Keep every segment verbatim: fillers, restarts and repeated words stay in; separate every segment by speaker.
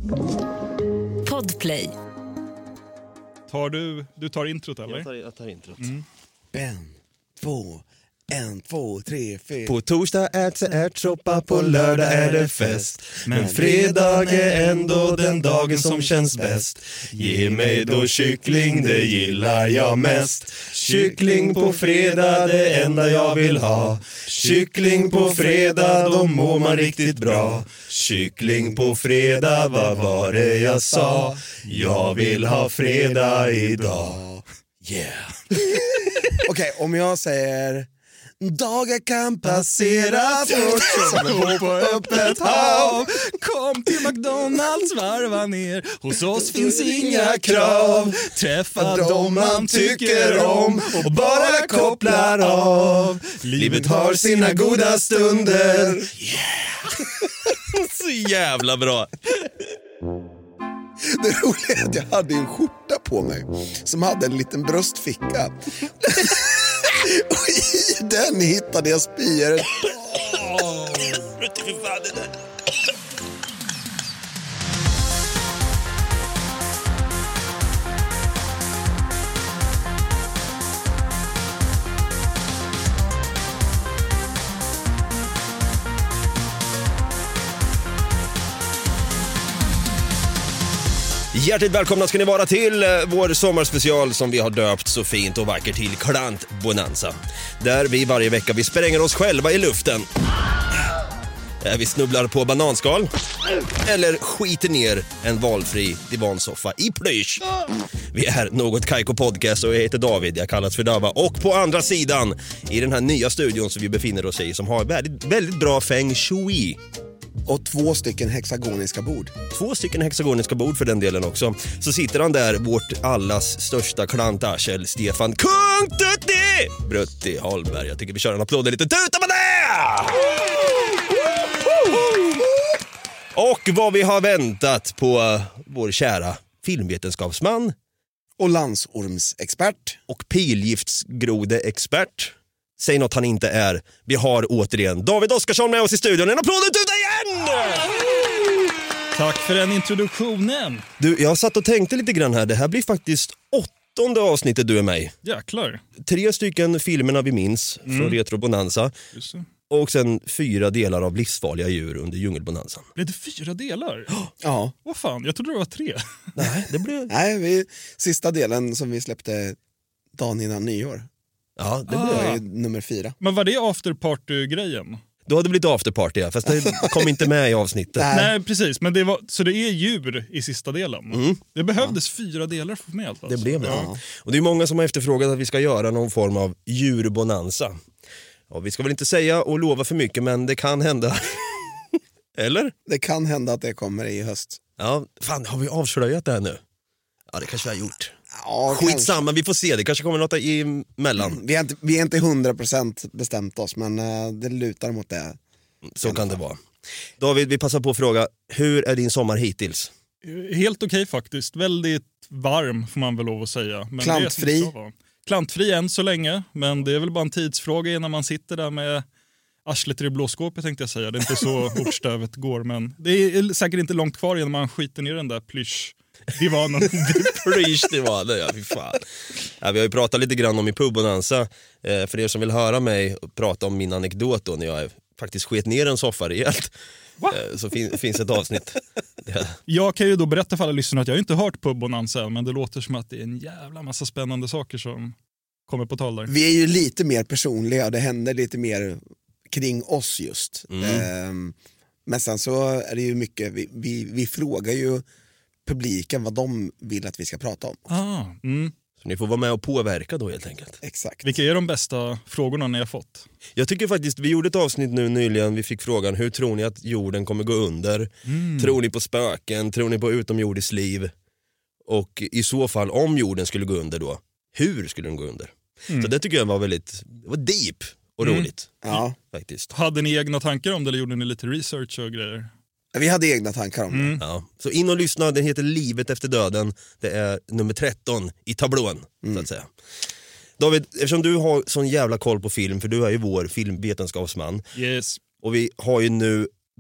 Speaker 1: Podplay.
Speaker 2: Tar du, du tar introt eller?
Speaker 3: Jag tar, jag tar introt.
Speaker 2: Mm.
Speaker 4: En, två, en, två, tre, fyra.
Speaker 3: På torsdag äts ärtsoppa, på lördag är det fest. Men fredag är ändå den dagen som känns bäst. Ge mig då kyckling, det gillar jag mest. Kyckling på fredag, det enda jag vill ha. Kyckling på fredag, då mår man riktigt bra. Kyckling på fredag, vad var det jag sa? Jag vill ha fredag idag.
Speaker 4: Yeah. Okej, okay, om jag säger... Dagar kan passera fort som en båt på öppet hav.
Speaker 2: Kom till McDonalds, varva ner. Hos oss finns inga krav. Träffa dem man tycker om och bara kopplar av.
Speaker 3: Livet har sina goda stunder. Yeah. Så jävla bra.
Speaker 4: Det roliga är att jag hade en skjorta på mig som hade en liten bröstficka. Och i den hittade jag spyor.
Speaker 3: Åh, rutti för fan det där. Hjärtligt välkomna ska ni vara till vår sommarspecial som vi har döpt så fint och vackert till Klant Bonanza. Där vi varje vecka vi spränger oss själva i luften. Vi snubblar på bananskal eller skiter ner en valfri divansoffa i plysch. Vi är Något Kaiko Podcast och jag heter David, jag kallas för Dava. Och på andra sidan i den här nya studion som vi befinner oss i som har väldigt, väldigt bra feng shui.
Speaker 4: Och två stycken hexagoniska bord.
Speaker 3: Två stycken hexagoniska bord för den delen också. Så sitter han där, vårt allas största klantarsel, Stefan Kung Tutti Brutti Holmberg. Jag tycker vi kör en applåd lite. Tuta på det! Och vad vi har väntat på vår kära filmvetenskapsman
Speaker 4: och landsormsexpert
Speaker 3: och pilgiftsgrodeexpert. Säg något han inte är. Vi har återigen David Oskarsson med oss i studion. En applåd ut igen!
Speaker 2: Tack för den introduktionen.
Speaker 3: Du, jag satt och tänkte lite grann här. Det här blir faktiskt åttonde avsnittet du är mig.
Speaker 2: Jäklar.
Speaker 3: Tre stycken filmerna vi minns mm. från Retro Bonanza.
Speaker 2: Just det.
Speaker 3: Och sen fyra delar av livsfarliga djur under djungelbonanzan.
Speaker 2: Blev det fyra delar?
Speaker 4: Ja.
Speaker 2: Vad fan, jag trodde det var tre.
Speaker 3: Nej, det blev...
Speaker 4: Nej, vi, sista delen som vi släppte dagen innan nyår.
Speaker 3: Ja, det
Speaker 4: ah.
Speaker 3: blev
Speaker 4: ju nummer fyra.
Speaker 2: Men var det afterparty-grejen?
Speaker 3: Då hade det blivit afterparty, fast det kom inte med i avsnittet.
Speaker 2: Nej, Nej precis. Men det var, så det är djur i sista delen.
Speaker 3: Mm.
Speaker 2: Det behövdes ja. fyra delar för mig. Alltså.
Speaker 3: Det blev det.
Speaker 4: Ja.
Speaker 3: Och det är många som har efterfrågat att vi ska göra någon form av djurbonanza. Ja, vi ska väl inte säga och lova för mycket, men det kan hända. Eller?
Speaker 4: Det kan hända att det kommer i höst.
Speaker 3: Ja, fan, har vi avslöjat det här nu? Ja, det kanske vi har gjort.
Speaker 4: Ja,
Speaker 3: skitsamma, vi får se. Det kanske kommer något emellan.
Speaker 4: Vi är inte, vi är inte hundra procent bestämt oss, men uh, det lutar mot det.
Speaker 3: Så kan det vara. David, vi passar på att fråga, hur är din sommar hittills?
Speaker 2: Helt okej okay, faktiskt. Väldigt varm får man väl lov att säga. Men
Speaker 4: klantfri?
Speaker 2: Klantfri än så länge, men det är väl bara en tidsfråga innan man sitter där med arslet i blåskåpet tänkte jag säga. Det är inte så ordstövet går, men det är säkert inte långt kvar innan man skiter ner den där plysch. Divanen.
Speaker 3: Plysch divanen, ja fy fan. Ja, vi har ju pratat lite grann om i pubbonanza. Eh, för er som vill höra mig prata om min anekdot då när jag faktiskt sket ner en soffa rejält. Eh, så fin- finns ett avsnitt. Ja.
Speaker 2: Jag kan ju då berätta för alla lyssnare att jag har inte hört pubbonanza, men det låter som att det är en jävla massa spännande saker som kommer på tal där.
Speaker 4: Vi är ju lite mer personliga och det händer lite mer kring oss just.
Speaker 3: Mm.
Speaker 4: Eh, men sen så är det ju mycket, vi, vi, vi frågar ju publiken vad de vill att vi ska prata om.
Speaker 2: Ah, mm.
Speaker 3: Så ni får vara med och påverka då helt enkelt.
Speaker 4: Exakt.
Speaker 2: Vilka är de bästa frågorna ni har fått?
Speaker 3: Jag tycker faktiskt, vi gjorde ett avsnitt nu nyligen, vi fick frågan, hur tror ni att jorden kommer gå under? Mm. Tror ni på spöken? Tror ni på utomjordiskt liv? Och i så fall, om jorden skulle gå under då, hur skulle den gå under? Mm. Så det tycker jag var väldigt, det var deep och mm. roligt.
Speaker 4: Ja.
Speaker 3: Faktiskt.
Speaker 2: Hade ni egna tankar om det eller gjorde ni lite research och grejer?
Speaker 4: Vi hade egna tankar om
Speaker 2: mm.
Speaker 4: det.
Speaker 3: Ja. Så in och lyssna, den heter Livet efter döden. Det är nummer tretton i tablån, mm. så att säga. David, eftersom du har sån jävla koll på film, för du är ju vår filmvetenskapsman.
Speaker 2: Yes.
Speaker 3: Och vi har ju nu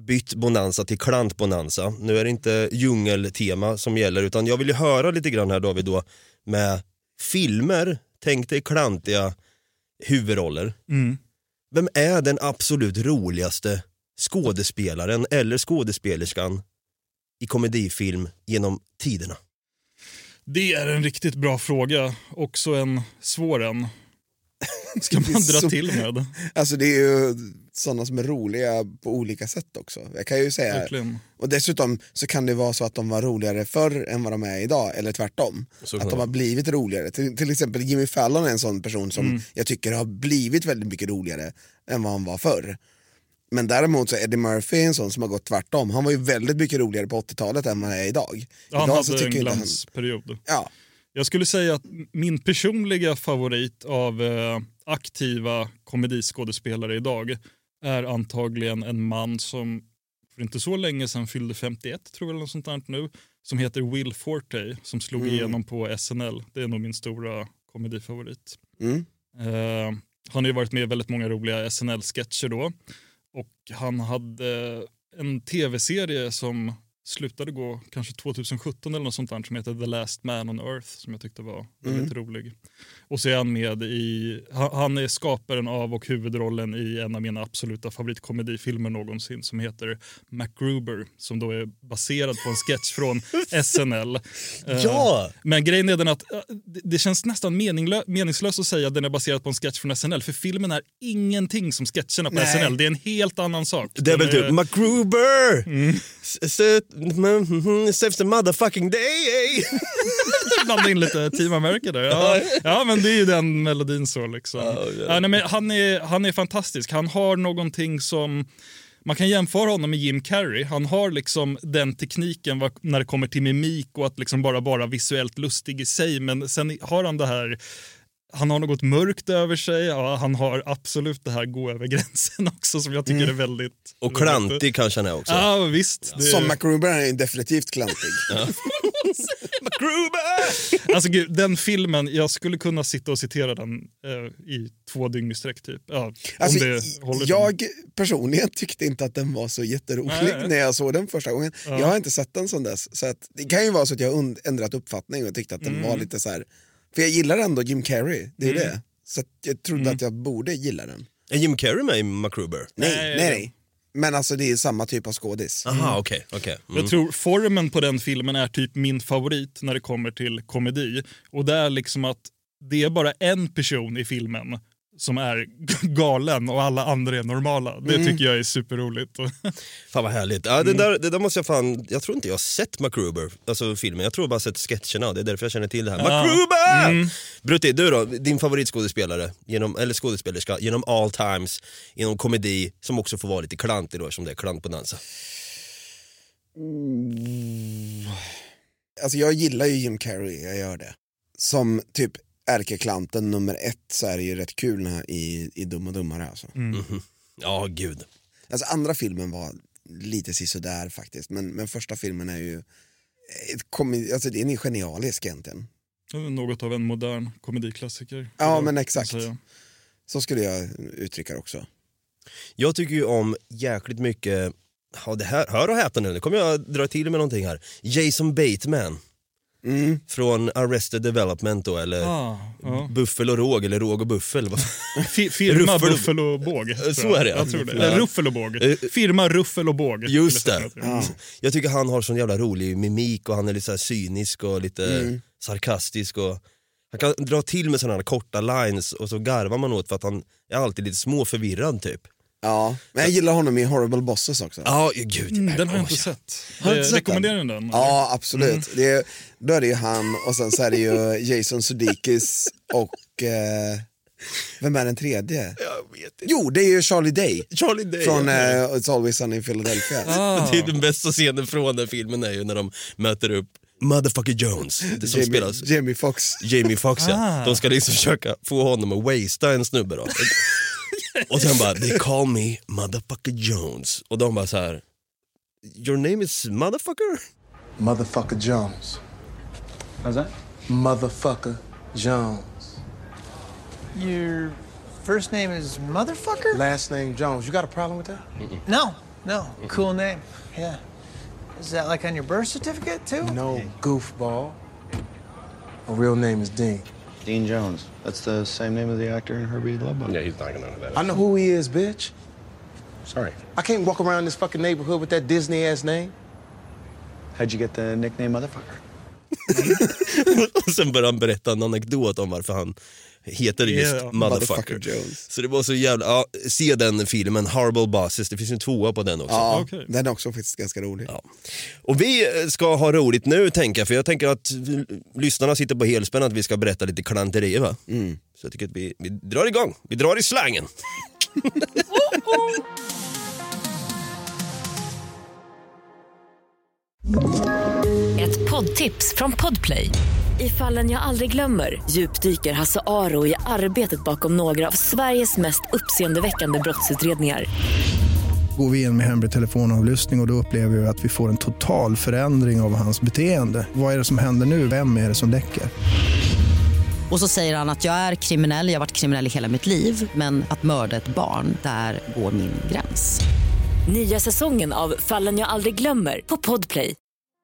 Speaker 3: bytt bonanza till klantbonanza. Nu är det inte djungeltema som gäller, utan jag vill ju höra lite grann här, David, då med filmer. Tänk dig klantiga huvudroller.
Speaker 2: Mm.
Speaker 3: Vem är den absolut roligaste skådespelaren eller skådespelerskan i komedifilm genom tiderna?
Speaker 2: Det är en riktigt bra fråga. Också en svår en. Ska man dra
Speaker 4: så...
Speaker 2: till med?
Speaker 4: Alltså det är ju sådana som är roliga på olika sätt också. Jag kan ju säga.
Speaker 2: Verkligen.
Speaker 4: Och dessutom så kan det vara så att de var roligare förr än vad de är idag, eller tvärtom.
Speaker 3: Så
Speaker 4: att de har blivit roligare. Till, till exempel Jimmy Fallon är en sån person som mm. jag tycker har blivit väldigt mycket roligare än vad han var förr. Men däremot så är Eddie Murphy en sån som har gått tvärtom. Han var ju väldigt mycket roligare på åttiotalet än vad han är idag.
Speaker 2: Ja, han
Speaker 4: idag
Speaker 2: hade
Speaker 4: så tycker
Speaker 2: en
Speaker 4: jag
Speaker 2: glansperiod.
Speaker 4: han... Ja.
Speaker 2: Jag skulle säga att min personliga favorit av eh, aktiva komediskådespelare idag är antagligen en man som för inte så länge sedan fyllde femtioett, tror jag, eller något sånt där nu, som heter Will Forte, som slog mm. igenom på S N L. Det är nog min stora komedifavorit.
Speaker 4: Mm.
Speaker 2: Eh, han har ju varit med i väldigt många roliga S N L-sketcher då. Och han hade en tv-serie som slutade gå kanske tjugohundrasjutton eller något sånt där, som heter The Last Man on Earth, som jag tyckte var väldigt mm. rolig. Och så är han med i, han är skaparen av och huvudrollen i en av mina absoluta favoritkomedifilmer någonsin, som heter MacGruber, som då är baserad på en sketch från S N L.
Speaker 3: Ja!
Speaker 2: Uh, men grejen är den att uh, det, det känns nästan meningslö- meningslöst att säga att den är baserad på en sketch från S N L, för filmen är ingenting som sketcherna på Nej. S N L. Det är en helt annan sak.
Speaker 3: Det är väl typ MacGruber! Mm. Saves the motherfucking day.
Speaker 2: Blanda in lite Team America där. Ja, ja, men det är ju den melodin så liksom. Oh, yeah. ja, nej, men han, är, han är fantastisk. Han har någonting som... Man kan jämföra honom med Jim Carrey. Han har liksom den tekniken när det kommer till mimik och att liksom bara vara visuellt lustig i sig. Men sen har han det här... Han har något mörkt över sig. Ja, han har absolut det här gå över gränsen också, som jag tycker mm. är väldigt...
Speaker 3: Och klantig kanske han är också.
Speaker 2: Ja, visst. Det...
Speaker 4: Som MacGruber är definitivt klantig.
Speaker 3: MacGruber!
Speaker 2: Alltså gud, den filmen, jag skulle kunna sitta och citera den eh, i två dygn i sträck typ. Ja,
Speaker 4: alltså,
Speaker 2: om det håller
Speaker 4: jag den. Personligen tyckte inte att den var så jätterolig Nej. när jag såg den första gången. Ja. Jag har inte sett den sedan dess. Så att, det kan ju vara så att jag har ändrat uppfattning och tyckte att den mm. var lite så här... För jag gillar ändå Jim Carrey, det är mm. det. Så jag trodde mm. att jag borde gilla den.
Speaker 3: Är Jim Carrey med i MacGruber?
Speaker 4: Nej, nej, nej, nej. Men alltså det är samma typ av skådis.
Speaker 3: Aha, okej. Okay, okay. mm.
Speaker 2: Jag tror formen på den filmen är typ min favorit när det kommer till komedi. Och det är liksom att det är bara en person i filmen som är galen och alla andra är normala. Det mm. tycker jag är superroligt.
Speaker 3: Fan vad härligt. Ja, det, där, det där måste jag fan... Jag tror inte jag har sett MacGruber, alltså filmen. Jag tror bara sett sketcherna. Det är därför jag känner till det här. Ja. MacGruber! Mm. Brutti, du då? Din favoritskådespelare, genom, eller skådespelerska, genom all times, genom komedi, som också får vara lite klantig då, som det är klant på dansa.
Speaker 4: Mm. Alltså jag gillar ju Jim Carrey, jag gör det. Som typ ärkeklanten nummer ett, så är det ju rätt kul här i, i Dum och Dummare alltså.
Speaker 3: Mm. Mm-hmm. Ja, gud.
Speaker 4: Alltså andra filmen var lite sisådär faktiskt, men, men första filmen är ju kom, alltså den är genialisk egentligen.
Speaker 2: Något av en modern komediklassiker.
Speaker 4: Ja, men exakt. Så skulle jag uttrycka det också.
Speaker 3: Jag tycker ju om jäkligt mycket, ja, det här, hör och häpna nu, nu kommer jag dra till med någonting här. Jason Bateman. Mm. Från Arrested Development då, eller ah, ja. Buffel och råg, eller råg och buffel.
Speaker 2: F- firma Ruffel... Buffel och båg.
Speaker 3: Så är det.
Speaker 2: Jag tror det. Eller Ruffel och båg. Firma Ruffel och båg.
Speaker 3: Just det. Ja. Jag tycker han har sån jävla rolig mimik och han är lite så här cynisk och lite mm. sarkastisk och han kan dra till med sådana här korta lines och så garvar man åt för att han är alltid lite småförvirrad typ.
Speaker 4: Ja, men jag gillar honom i Horrible Bosses också.
Speaker 3: Ja, gud.
Speaker 2: Mm, den har jag inte sett. Har inte sett rekommenderar den? den
Speaker 4: ja, absolut. Mm. Det är, då är det ju han och sen så är det ju Jason Sudeikis och eh, vem är den tredje?
Speaker 3: Jag vet inte.
Speaker 4: Jo, det är ju Charlie Day.
Speaker 3: Charlie Day.
Speaker 4: Från uh, It's Always Sunny in Philadelphia.
Speaker 3: Ah. Det är den bästa scenen från den filmen är ju när de möter upp Motherfucker Jones, det som
Speaker 4: Jamie,
Speaker 3: spelas
Speaker 4: Jamie Foxx.
Speaker 3: Jamie Foxx, ja.
Speaker 2: Ah.
Speaker 3: De ska liksom försöka få honom att wastea en snubbe då. Och sen bara, they call me Motherfucker Jones. Och de bara så här, your name is Motherfucker?
Speaker 1: Motherfucker Jones.
Speaker 5: How's that?
Speaker 1: Motherfucker Jones.
Speaker 5: Your first name is Motherfucker?
Speaker 1: Last name Jones. You got a problem with that?
Speaker 5: No. No, cool name. Yeah. Is that like on your birth certificate too?
Speaker 1: No, goofball. My real name is Dean.
Speaker 6: Dean Jones. That's the same name of the actor in Herbie Love Bug.
Speaker 3: Yeah, he's not gonna know that.
Speaker 1: I know who he is, bitch.
Speaker 6: Sorry.
Speaker 1: I can't walk around this fucking neighborhood with that Disney-ass name.
Speaker 6: How'd you get the nickname Motherfucker?
Speaker 3: Och sen började han berätta en anekdot om varför han heter just
Speaker 2: Yeah,
Speaker 3: Motherfucker.
Speaker 4: Motherfucker Jones.
Speaker 3: Så det var så jävla, ja, se den filmen, Horrible Bosses, det finns en tvåa på den också.
Speaker 4: Ja,
Speaker 2: Okej.
Speaker 4: den är också faktiskt ganska rolig.
Speaker 3: Ja. Och vi ska ha roligt nu, tänker jag, för jag tänker att vi, lyssnarna sitter på helspänn att vi ska berätta lite klanterier, va? Mm. Så jag tycker att vi, vi drar igång, vi drar i slangen.
Speaker 7: Ett poddtips från Podplay. I Fallen jag aldrig glömmer djupdyker Hasse Aro i arbetet bakom några av Sveriges mest uppseendeväckande brottsutredningar.
Speaker 8: Går vi in med hemlig telefonavlyssning och, och då upplever vi att vi får en total förändring av hans beteende. Vad är det som händer nu? Vem är det som läcker?
Speaker 9: Och så säger han att jag är kriminell, jag har varit kriminell i hela mitt liv, men att mörda ett barn, där går min gräns.
Speaker 7: Nya säsongen av Fallen jag aldrig glömmer på Podplay.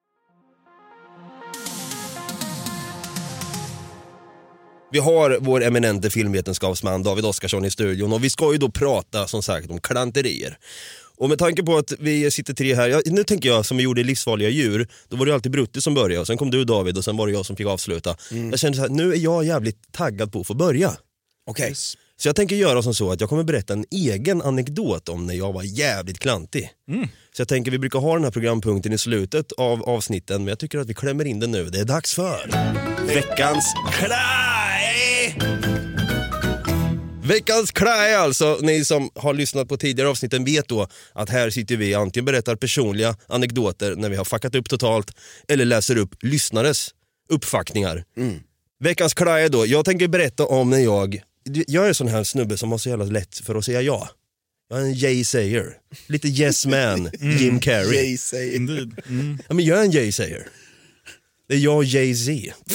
Speaker 3: Vi har vår eminente filmvetenskapsman David Oskarsson i studion och vi ska ju då prata som sagt om klanterier. Och med tanke på att vi sitter tre här, ja, nu tänker jag som vi gjorde i Livsfarliga djur, då var det alltid Brutti som började och sen kom du David och sen var det jag som fick avsluta. Mm. Jag kände så här, nu är jag jävligt taggad på att få börja.
Speaker 4: Okej. Okay.
Speaker 3: Så jag tänker göra som så att jag kommer berätta en egen anekdot om när jag var jävligt klantig. Mm. Så jag tänker vi brukar ha den här programpunkten i slutet av avsnitten, men jag tycker att vi klämmer in den nu. Det är dags för veckans klaj! Veckans klaj alltså, ni som har lyssnat på tidigare avsnitten vet då att här sitter vi antingen berättar personliga anekdoter när vi har fuckat upp totalt eller läser upp lyssnares uppfackningar. Mm. Veckans klaj då, jag tänker berätta om när jag Jag är en sån här snubbe som har så jävla lätt för att säga ja. Jag är en yay-sayer. Lite yes-man, mm. Jim Carrey.
Speaker 4: Yay-sayer.
Speaker 2: Mm.
Speaker 3: Ja, men jag är en yay-sayer. Det är jag och Jay-Z.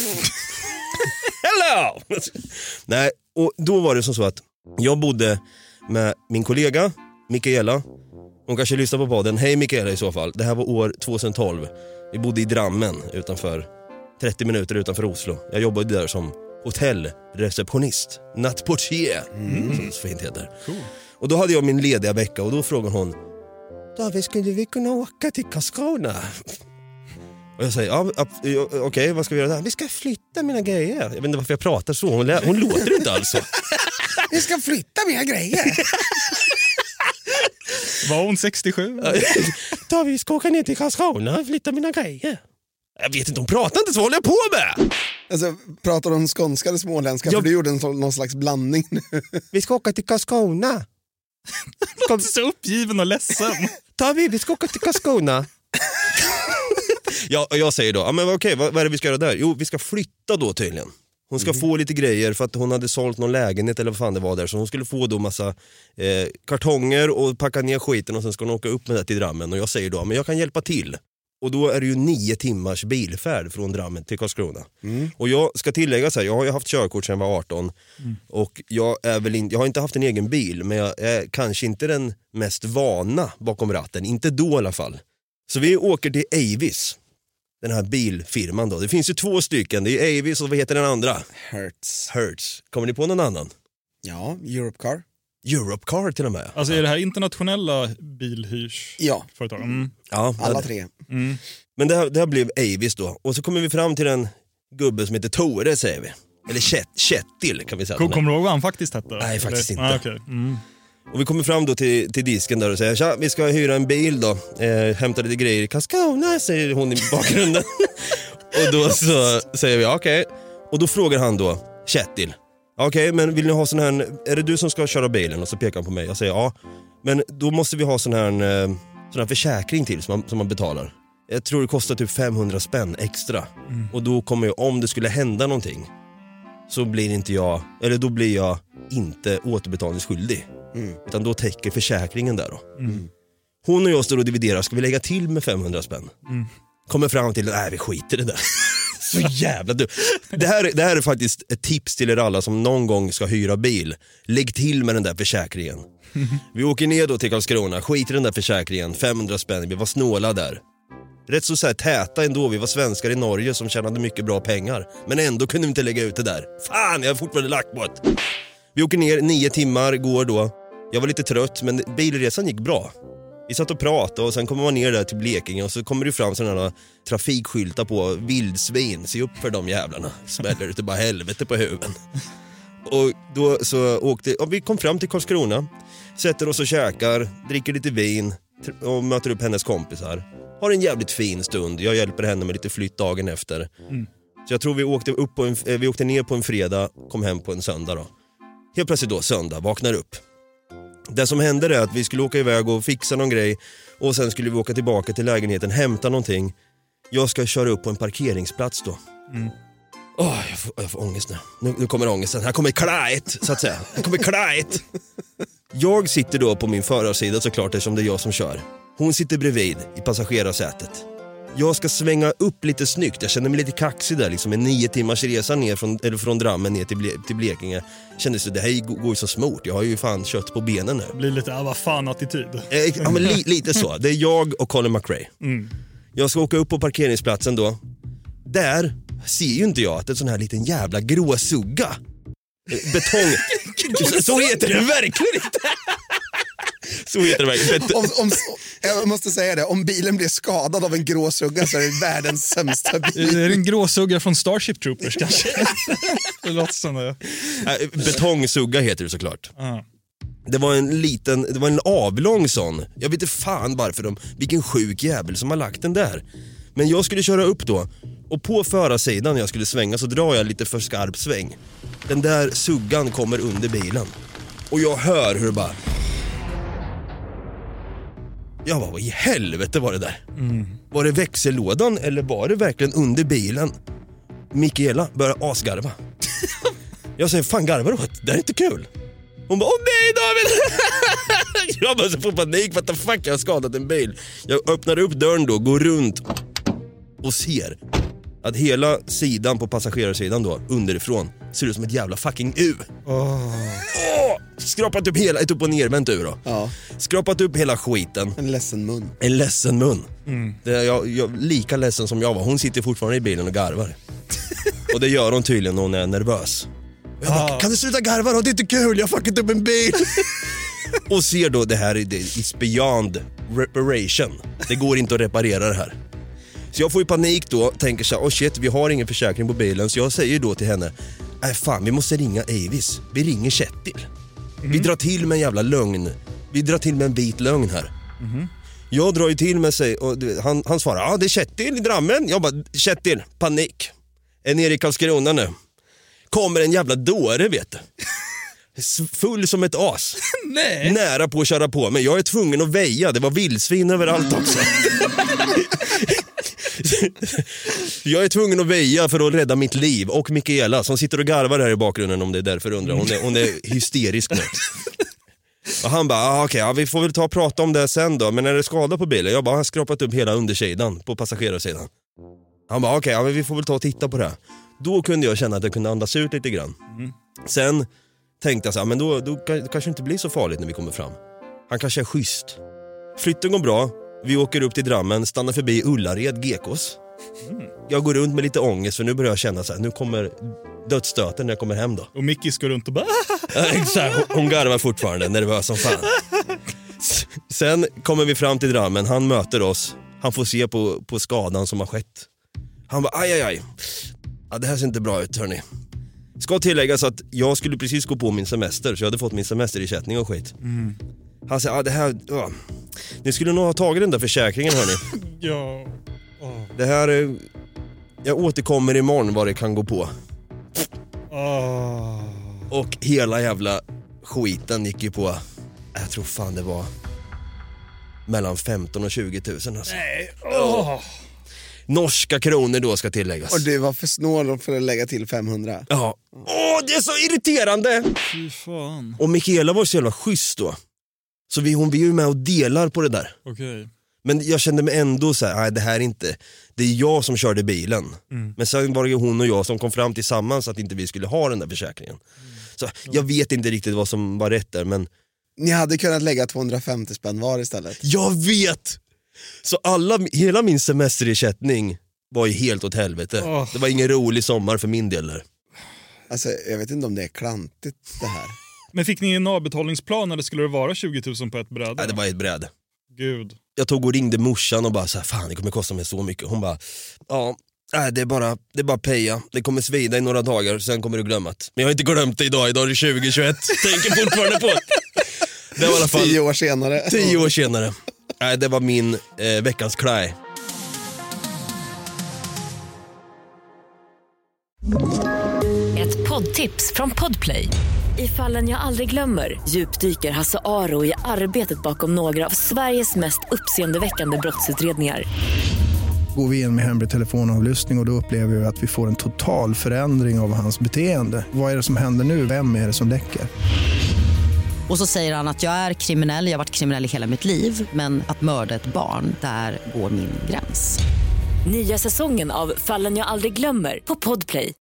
Speaker 3: Hello! Nej, och då var det som så att jag bodde med min kollega Mikaela. Hon kanske lyssnar på podden. Hej Mikaela i så fall. Det här var år tjugohundratolv. Vi bodde i Drammen utanför, trettio minuter utanför Oslo. Jag jobbade där som hotellreceptionist, nattportier, mm. som det så fint heter. Cool. Och då hade jag min lediga vecka och då frågade hon: David, skulle vi kunna åka till Karlskrona? Och jag säger, ja, okej, okay, vad ska vi göra där? Vi ska flytta mina grejer. Jag vet inte varför jag pratar så, hon, hon låter inte alls så.
Speaker 4: Vi ska flytta mina grejer.
Speaker 2: Var hon sextiosju?
Speaker 3: David, vi ska åka ner till Karlskrona och flytta mina grejer. Jag vet inte, hon pratar inte, så håller jag på med.
Speaker 4: Alltså, pratar de skånska eller småländska? Jag... För du gjorde en, någon slags blandning nu.
Speaker 3: Vi ska åka till Karlskrona.
Speaker 2: Kom så uppgiven och ledsen.
Speaker 3: David, vi ska åka till Karlskrona. Ja, och jag säger då, ja, men okej, vad, vad är det vi ska göra där? Jo, vi ska flytta då tydligen. Hon ska mm. få lite grejer för att hon hade sålt någon lägenhet eller vad fan det var där. Så hon skulle få då massa eh, kartonger och packa ner skiten och sen ska hon åka upp med det till Drammen. Och jag säger då, men jag kan hjälpa till. Och då är det ju nio timmars bilfärd från Drammen till Karlskrona. Mm. Och jag ska tillägga så här, jag har ju haft körkort sedan jag var arton. Mm. Och jag är väl in, jag har inte haft en egen bil, men jag är kanske inte den mest vana bakom ratten. Inte då i alla fall. Så vi åker till Avis, den här bilfirman då. Det finns ju två stycken, det är Avis och vad heter den andra?
Speaker 4: Hertz.
Speaker 3: Hertz. Kommer ni på någon annan?
Speaker 4: Ja, Europcar.
Speaker 3: Europcar till och med.
Speaker 2: Alltså är det här internationella bilhyrs?
Speaker 4: Ja.
Speaker 2: Företag? Mm.
Speaker 3: Ja,
Speaker 4: alla tre.
Speaker 2: Mm.
Speaker 3: Men det här, det här blev Avis då. Och så kommer vi fram till en gubbe som heter Tore, säger vi. Eller Kett, Kettil kan vi säga.
Speaker 2: Kommer du ihåg vad han faktiskt hette?
Speaker 3: Nej, faktiskt
Speaker 2: Eller?
Speaker 3: inte.
Speaker 2: Ah, okay. mm.
Speaker 3: Och vi kommer fram då till, till disken där och säger, tja, vi ska hyra en bil då. Eh, hämta lite grejer i Karlskrona, säger hon i bakgrunden. Och då så säger vi, okej. Okay. Och då frågar han då, Kettil. Okej, okay, men vill ni ha sån här, är det du som ska köra bilen? Och så pekar han på mig. Jag säger ja, men då måste vi ha sån här, sån här försäkring till som man, som man betalar. Jag tror det kostar typ femhundra spänn extra. Mm. Och då kommer jag, om det skulle hända någonting, så blir inte jag, eller då blir jag inte återbetalningsskyldig. Mm. Utan då täcker försäkringen där då. Mm. Hon och jag står och dividerar, ska vi lägga till med femhundra spänn? Mm. Kommer fram till, nej vi skiter i det där. Så jävla du. Det här, det här är faktiskt ett tips till er alla som någon gång ska hyra bil. Lägg till med den där försäkringen. Vi åker ner då till Karlskrona, skiter den där försäkringen, femhundra spänn, vi var snåla där. Rätt så, så här täta ändå, vi var svenskar i Norge som tjänade mycket bra pengar. Men ändå kunde vi inte lägga ut det där. Fan, jag har fortfarande lagt på det. Vi åker ner, nio timmar går då. Jag var lite trött, men bilresan gick bra. Vi satt och pratade och sen kommer man ner där till Blekinge och så kommer det fram sådana trafikskyltar på vildsvin. Se upp för de jävlarna. Smäller ut bara helvete på huven. Och då så åkte, och vi kom fram till Karlskrona, sätter oss och käkar, dricker lite vin och möter upp hennes kompisar. Har en jävligt fin stund. Jag hjälper henne med lite flytt dagen efter. Mm. Så jag tror vi åkte, upp på en, vi åkte ner på en fredag, kom hem på en söndag då. Helt plötsligt då, söndag, vaknar upp. Det som hände är att vi skulle åka iväg och fixa någon grej. Och sen skulle vi åka tillbaka till lägenheten, hämta någonting. Jag ska köra upp på en parkeringsplats då. Mm. Oh, jag, får, jag får ångest nu. nu. Nu kommer ångesten. Här kommer kläet, så att säga. Här kommer kläet. Jag sitter då på min förarsida såklart, eftersom det är jag som kör. Hon sitter bredvid i passagerarsätet. Jag ska svänga upp lite snyggt. Jag känner mig lite kaxig där, liksom en nio timmars resa ner från, eller från Drammen ner till, Ble- till Blekinge. Kändes det, det här går ju så smort. Jag har ju fan kött på benen nu.
Speaker 2: Blir lite, ah, vad fan attityd.
Speaker 3: Eh, ja, men li- lite så. Det är jag och Colin McRae. Mm. Jag ska åka upp på parkeringsplatsen då. Där ser ju inte jag att en sån här liten jävla gråsugga. Betong. Så heter det verkligen inte. Så heter det verkligen.
Speaker 4: Om, om, jag måste säga det, om bilen blir skadad av en gråsugga så är det världens sämsta bil.
Speaker 2: Är det en gråsugga från Starship Troopers kanske? Det låter som det.
Speaker 3: Betongsugga heter det såklart. Uh. Det var en liten, det var en avlång sån. Jag vet inte fan varför de, vilken sjuk jävel som har lagt den där. Men jag skulle köra upp då. Och på förarsidan när jag skulle svänga så drar jag lite för skarp sväng. Den där suggan kommer under bilen. Och jag hör hur det bara... Jag bara, vad i helvete var det där? Mm. Var det växellådan eller var det verkligen under bilen? Mikaela börjar asgarva. Jag säger, fan garvar du? Det är inte kul. Hon bara, åh nej David! Jag bara så får panik, what the fuck, jag har skadat en bil. Jag öppnar upp dörren då, går runt och ser att hela sidan på passagerarsidan då, underifrån, ser ut som ett jävla fucking U. Oh. Oh, skrapat upp hela, ett upp och nervänt U då. Ja. Skrapat upp hela skiten.
Speaker 4: En ledsen mun.
Speaker 3: En ledsen mun. Mm. Det är jag, jag, lika ledsen som jag var. Hon sitter fortfarande i bilen och garvar. Och det gör hon tydligen när hon är nervös. Jag bara, kan du sluta garva då? Det är inte kul, jag har fuckat upp en bil. Och ser då det här, it's beyond reparation. Det går inte att reparera det här. Så jag får ju panik då, tänker så här, oh shit, vi har ingen försäkring på bilen. Så jag säger då till henne, nej fan, vi måste ringa Avis. Vi ringer Kjetil. Mm. Vi drar till med en jävla lögn. Vi drar till med en vit lögn här. Mm. Jag drar ju till med sig och han, han svarar, ja det är Kjetil i Drammen. Jag bara, Kjetil, panik. Är nere i Karlskrona nu. Kommer en jävla dåre, vet du. Full som ett as.
Speaker 2: Nej.
Speaker 3: Nära på att köra på mig. Jag är tvungen att väja, det var vildsvin överallt också. Jag är tvungen att väja för att rädda mitt liv. Och Mikaela som sitter och garvar här i bakgrunden, om det är därför undrar. Hon är, hon är hysterisk nu. Och han bara, ah, okej, okay, ja, vi får väl ta och prata om det sen då. Men är det skada på bilen? Jag bara, han har skrapat upp hela undersidan på passagerarsidan. Han bara, okej, okay, ja, vi får väl ta och titta på det här. Då kunde jag känna att jag kunde andas ut lite grann. Mm. Sen tänkte jag så här, men då, då kanske det inte blir så farligt när vi kommer fram. Han kanske är schysst. Flytten går bra. Vi åker upp till Drammen, stannar förbi Ullared, G K:s. Mm. Jag går runt med lite ångest för nu börjar jag känna så här, nu kommer dödsstöten när jag kommer hem då.
Speaker 2: Och Mickis går runt och bara...
Speaker 3: Exakt, hon garvar fortfarande, nervös som fan. Sen kommer vi fram till Drammen, han möter oss. Han får se på, på skadan som har skett. Han bara, aj aj aj. Ja, det här ser inte bra ut, hörni. Ska tilläggas att jag skulle precis gå på min semester, så jag hade fått min semesterersättning och skit. Mm. Han säger, ja det här... Ja. Ni skulle nog ha tagit den där försäkringen, hörni.
Speaker 2: Ja. Oh.
Speaker 3: Det här... Är, jag återkommer imorgon vad det kan gå på.
Speaker 2: Oh.
Speaker 3: Och hela jävla skiten gick ju på... Jag tror fan det var... mellan femton och tjugo tusen alltså.
Speaker 2: Nej. Oh.
Speaker 3: Norska kronor då ska tilläggas.
Speaker 4: Och det var för snål för att lägga till femhundra.
Speaker 3: Ja. Åh, det är så irriterande!
Speaker 2: Fy fan.
Speaker 3: Och Mikaela var så jävla schysst då. Så vi, hon, vi är ju med och delar på det där.
Speaker 2: Okej. Okay.
Speaker 3: Men jag kände mig ändå så här, nej det här är inte, det är jag som körde bilen. Mm. Men sen var det ju hon och jag som kom fram tillsammans att inte vi skulle ha den där försäkringen. Mm. Så jag vet inte riktigt vad som var rätt där, men...
Speaker 4: Ni hade kunnat lägga tvåhundrafemtio spänn var istället.
Speaker 3: Jag vet! Så alla, hela min semesterersättning var ju helt åt helvete. Oh. Det var ingen rolig sommar för min del där.
Speaker 4: Alltså jag vet inte om det är klantigt det här.
Speaker 2: Men fick ni en avbetalningsplan eller skulle det vara tjugo tusen på ett bräde?
Speaker 3: Nej, det var ett bräde.
Speaker 2: Gud.
Speaker 3: Jag tog och ringde morsan och bara så här, fan det kommer kosta mig så mycket. Hon bara, ja, nej, det är bara det är bara peja. Det kommer svida i några dagar, sen kommer du glömma det. Men jag har inte glömt det idag, idag är det tjugo tjugoett. Tänker fortfarande på det. Det var i alla fall
Speaker 4: tio år senare.
Speaker 3: Tio år senare. Nej, det var min eh, veckans klaj.
Speaker 7: Ett poddtips från Podplay. I Fallen jag aldrig glömmer djupdyker Hasse Aro i arbetet bakom några av Sveriges mest uppseendeväckande brottsutredningar.
Speaker 8: Går vi in med hemlig telefonavlyssning och då upplever vi att vi får en total förändring av hans beteende. Vad är det som händer nu? Vem är det som läcker?
Speaker 9: Och så säger han att jag är kriminell, jag har varit kriminell i hela mitt liv. Men att mörda ett barn, där går min gräns.
Speaker 7: Nya säsongen av Fallen jag aldrig glömmer på Podplay.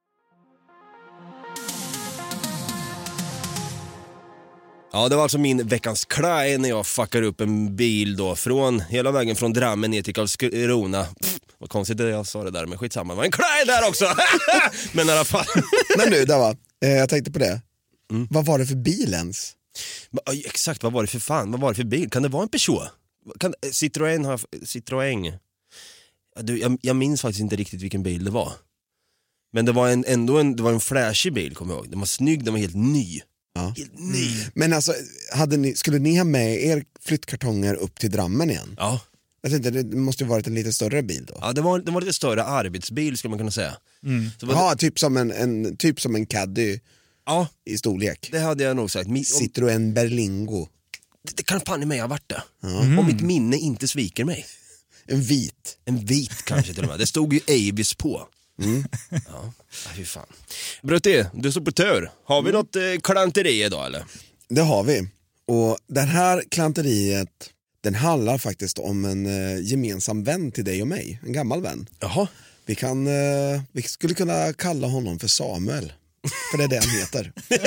Speaker 3: Ja, det var alltså min veckans klaj när jag fuckar upp en bil då från hela vägen från Drammen ner till Karlskrona. Pff, vad konstigt det jag sa det där, men skitsamma. Det var en klaj där också. Men i alla fall.
Speaker 4: Men nu, där var, eh, jag tänkte på det. Mm. Vad var det för bil ens?
Speaker 3: Exakt, vad var det för fan? Vad var det för bil? Kan det vara en Peugeot? Kan, Citroën har... Citroën... Du, jag, jag minns faktiskt inte riktigt vilken bil det var. Men det var en, ändå en, det var en flashig bil, kommer jag ihåg. Den var snygg, den var helt ny.
Speaker 4: Ja.
Speaker 3: Helt ny.
Speaker 4: Men alltså, hade ni, skulle ni ha med er flyttkartonger upp till Drammen igen?
Speaker 3: Ja.
Speaker 4: Jag tänkte, det måste ju varit en lite större bil då.
Speaker 3: Ja, det var, det var lite större arbetsbil skulle man kunna säga.
Speaker 4: Mm. Ja, det... typ som en, en, typ som en Caddy.
Speaker 3: Ja,
Speaker 4: i storlek.
Speaker 3: Det hade jag nog sagt. Mi-
Speaker 4: Citroën Berlingo.
Speaker 3: Det, det kan fan i mig ha varit det.
Speaker 4: Mm.
Speaker 3: Om mitt minne inte sviker mig.
Speaker 4: En vit.
Speaker 3: En vit kanske till och med. Det stod ju Avis på. Mm. Ja, fy fan. Brutti, du står på tör. Har vi mm. något eh, klanteri idag eller?
Speaker 4: Det har vi. Och det här klanteriet, den handlar faktiskt om en eh, gemensam vän till dig och mig. En gammal vän.
Speaker 3: Jaha.
Speaker 4: Vi, kan, eh, vi skulle kunna kalla honom för Samuel. För det är det han heter.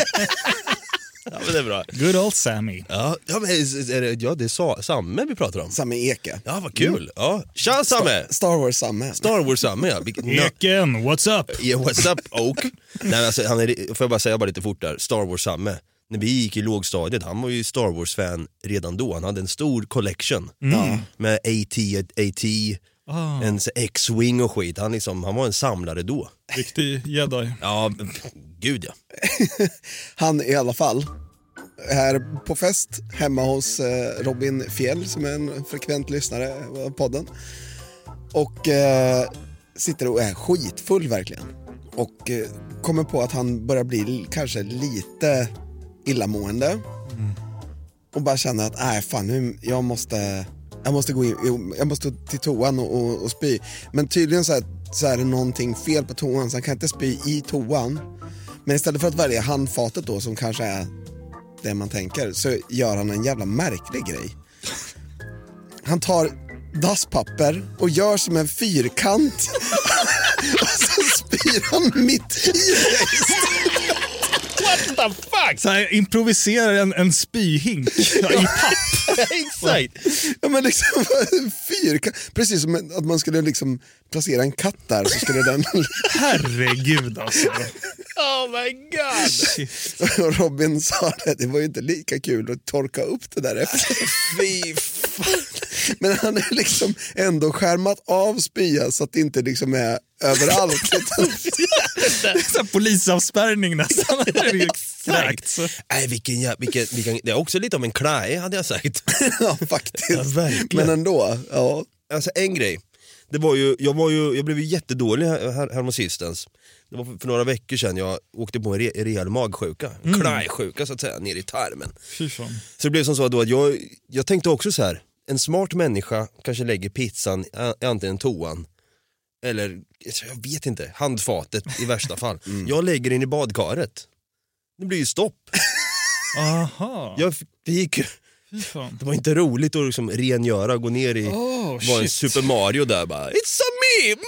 Speaker 3: Ja, men det är bra.
Speaker 2: Good old Sammy.
Speaker 3: Ja, ja, men är det, ja det är Sa- Samme vi pratar om.
Speaker 4: Samme Eke.
Speaker 3: Ja, vad kul. Mm. Ja. Tja, Samme.
Speaker 4: Star, Star Wars Samme.
Speaker 3: Star Wars Samme, ja.
Speaker 2: Eken, what's up?
Speaker 3: Yeah, what's up, Oak? Nej, alltså, han är, får jag bara säga bara lite fort där. Star Wars Samme. När vi gick i lågstadiet, han var ju Star Wars-fan redan då. Han hade en stor collection. Mm. Med A T, A T, ah. en X-Wing och skit. Han, liksom, han var en samlare då.
Speaker 2: Riktig jedi.
Speaker 3: Ja, gud ja.
Speaker 4: Han i alla fall här på fest hemma hos eh, Robin Fjell som är en frekvent lyssnare av podden. Och eh, sitter och är skitfull verkligen. Och eh, kommer på att han börjar bli kanske lite illamående. Mm. Och bara känner att nej fan nu, jag måste jag måste gå in, jag måste till toan och, och, och spy. Men tydligen så, här, så är det någonting fel på toan så han kan inte spy i toan. Men istället för att välja handfatet då som kanske är det man tänker, så gör han en jävla märklig grej. Han tar dasspapper och gör som en fyrkant och så spyr han mitt i det.
Speaker 3: What the fuck?
Speaker 2: Så här, improviserar en, en spyhink i papp.
Speaker 3: Exakt.
Speaker 4: Ja, men liksom fyrkant. Precis som att man skulle liksom placera en katt där så skulle den...
Speaker 2: Herregud alltså.
Speaker 3: Oh my god.
Speaker 4: Och Robin sa det, det var ju inte lika kul att torka upp det där efter.
Speaker 3: Fy fan.
Speaker 4: Men han är liksom ändå skärmat av spya så att det inte liksom är överallt.
Speaker 2: Det är så polisavspärrning nästan. Exakt.
Speaker 3: Nej, vilken, ja, vilken, vilken, det är också lite om en klaj hade jag sagt.
Speaker 4: Ja, faktiskt.
Speaker 3: Ja,
Speaker 4: men ändå, ja.
Speaker 3: Alltså en grej. Det var ju, jag, var ju, jag blev ju jättedålig här, här, häromsistens. Det var för, för några veckor sedan jag åkte på en re, rejäl magsjuka. Mm. Klajsjuka så att säga, ner i tarmen.
Speaker 2: Fy fan.
Speaker 3: Så det blev som så då att jag, jag tänkte också så här. En smart människa kanske lägger pizzan i antingen toan eller, jag vet inte, handfatet i värsta fall. Mm. Jag lägger in i badkaret. Det blir ju stopp.
Speaker 2: Aha.
Speaker 3: Jag fick,
Speaker 2: Fan.
Speaker 3: Det var inte roligt att liksom rengöra, gå ner i
Speaker 2: Oh,
Speaker 3: var en Super Mario där bara, it's a me!